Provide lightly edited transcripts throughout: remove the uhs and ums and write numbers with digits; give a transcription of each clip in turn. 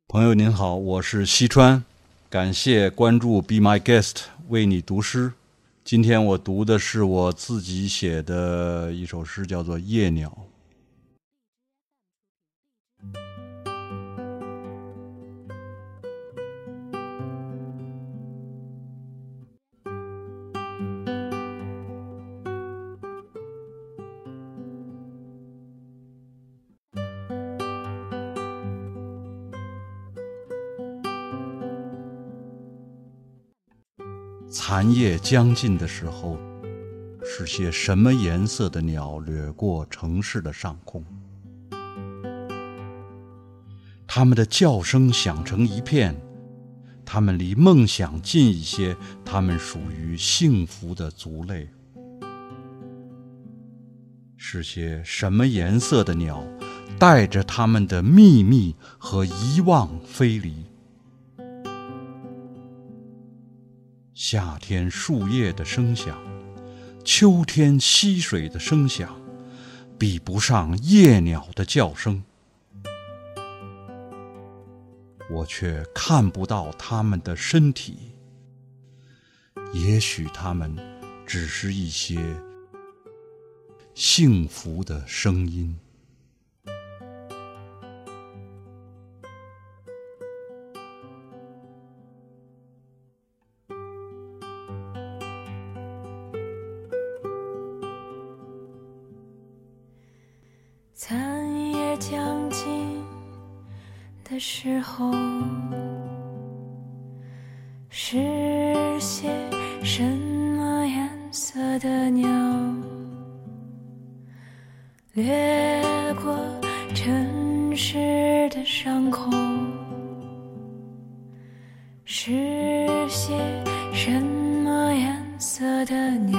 朋友您好，我是西川，感谢关注 Be My Guest 为你读诗。今天我读的是我自己写的一首诗，叫做《夜鸟》。残夜将近的时候，是些什么颜色的鸟掠过城市的上空？它们的叫声响成一片，它们离梦想近一些，它们属于幸福的族类。是些什么颜色的鸟，带着它们的秘密和遗忘飞离？夏天树叶的声响，秋天溪水的声响，比不上夜鸟的叫声。我却看不到它们的身体，也许它们只是一些幸福的声音。 残夜将近的时候，是些什么颜色的鸟掠过城市的上空？是些什么颜色的鸟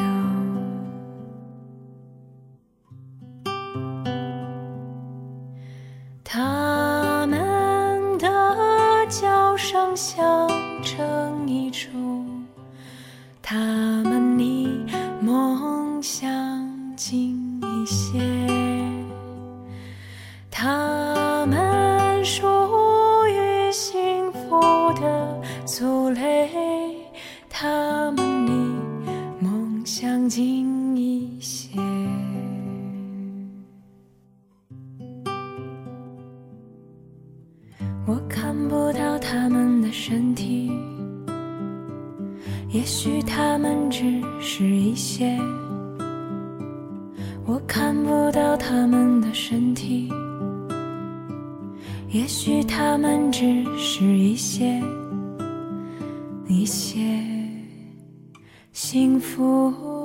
它们的叫声响成一株，它们离梦想近一些，它们属于幸福的族类，它们离梦想近一些。我看不到他们的身体，也许他们只是一些。我看不到他们的身体，也许他们只是一些幸福